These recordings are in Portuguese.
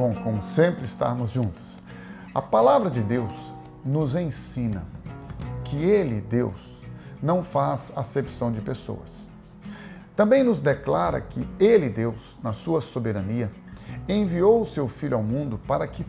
bom, como sempre, estarmos juntos. A palavra de Deus nos ensina que Ele, Deus, não faz acepção de pessoas. Também nos declara que Ele, Deus, na sua soberania, enviou o seu Filho ao mundo para que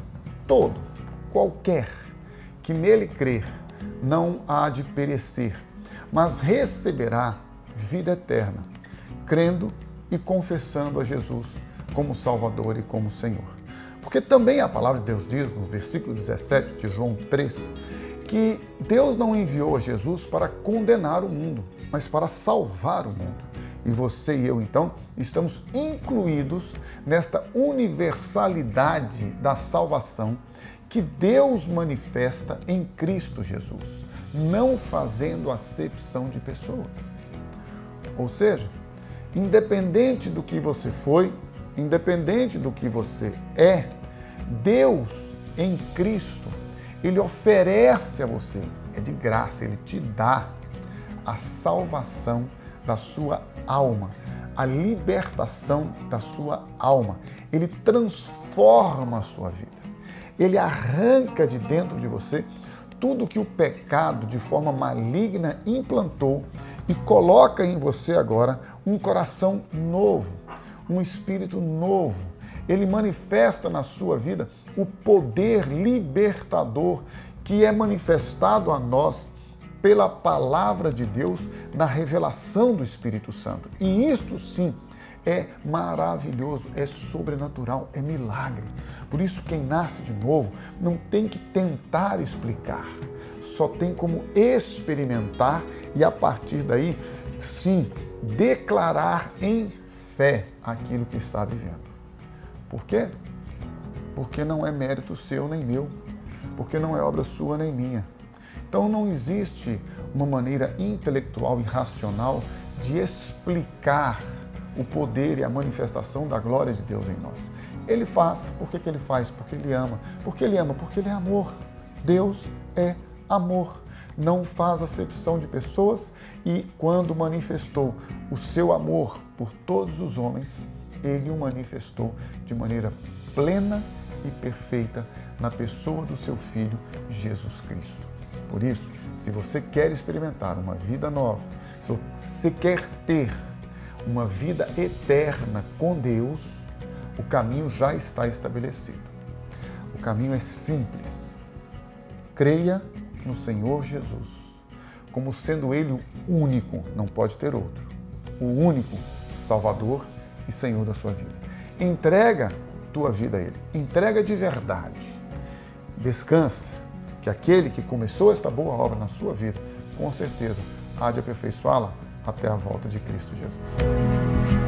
qualquer que nele crer, não há de perecer, mas receberá vida eterna, crendo e confessando a Jesus como Salvador e como Senhor. Porque também a palavra de Deus diz, no versículo 17 de João 3, que Deus não enviou a Jesus para condenar o mundo, mas para salvar o mundo. E você e eu, então, estamos incluídos nesta universalidade da salvação que Deus manifesta em Cristo Jesus, não fazendo acepção de pessoas. Ou seja, independente do que você foi, independente do que você é, Deus em Cristo, Ele oferece a você, é de graça, Ele te dá a salvação da sua alma, a libertação da sua alma. Ele transforma a sua vida. Ele arranca de dentro de você tudo que o pecado, de forma maligna, implantou e coloca em você agora um coração novo, um espírito novo. Ele manifesta na sua vida o poder libertador que é manifestado a nós pela palavra de Deus na revelação do Espírito Santo. E isto sim é maravilhoso, é sobrenatural, é milagre. Por isso, quem nasce de novo não tem que tentar explicar, só tem como experimentar e a partir daí, sim, declarar em fé aquilo que está vivendo. Por quê? Porque não é mérito seu nem meu, porque não é obra sua nem minha. Então não existe uma maneira intelectual e racional de explicar o poder e a manifestação da glória de Deus em nós. Ele faz, por que ele faz? Porque Ele ama. Porque Ele ama? Porque Ele é amor. Deus é amor. Não faz acepção de pessoas e quando manifestou o seu amor por todos os homens, Ele o manifestou de maneira plena e perfeita na pessoa do seu Filho, Jesus Cristo. Por isso, se você quer experimentar uma vida nova, se você quer ter uma vida eterna com Deus, o caminho já está estabelecido. O caminho é simples. Creia no Senhor Jesus, como sendo Ele o único, não pode ter outro, o único Salvador e Senhor da sua vida. Entrega tua vida a Ele, entrega de verdade. Descansa, que aquele que começou esta boa obra na sua vida, com certeza, há de aperfeiçoá-la até a volta de Cristo Jesus.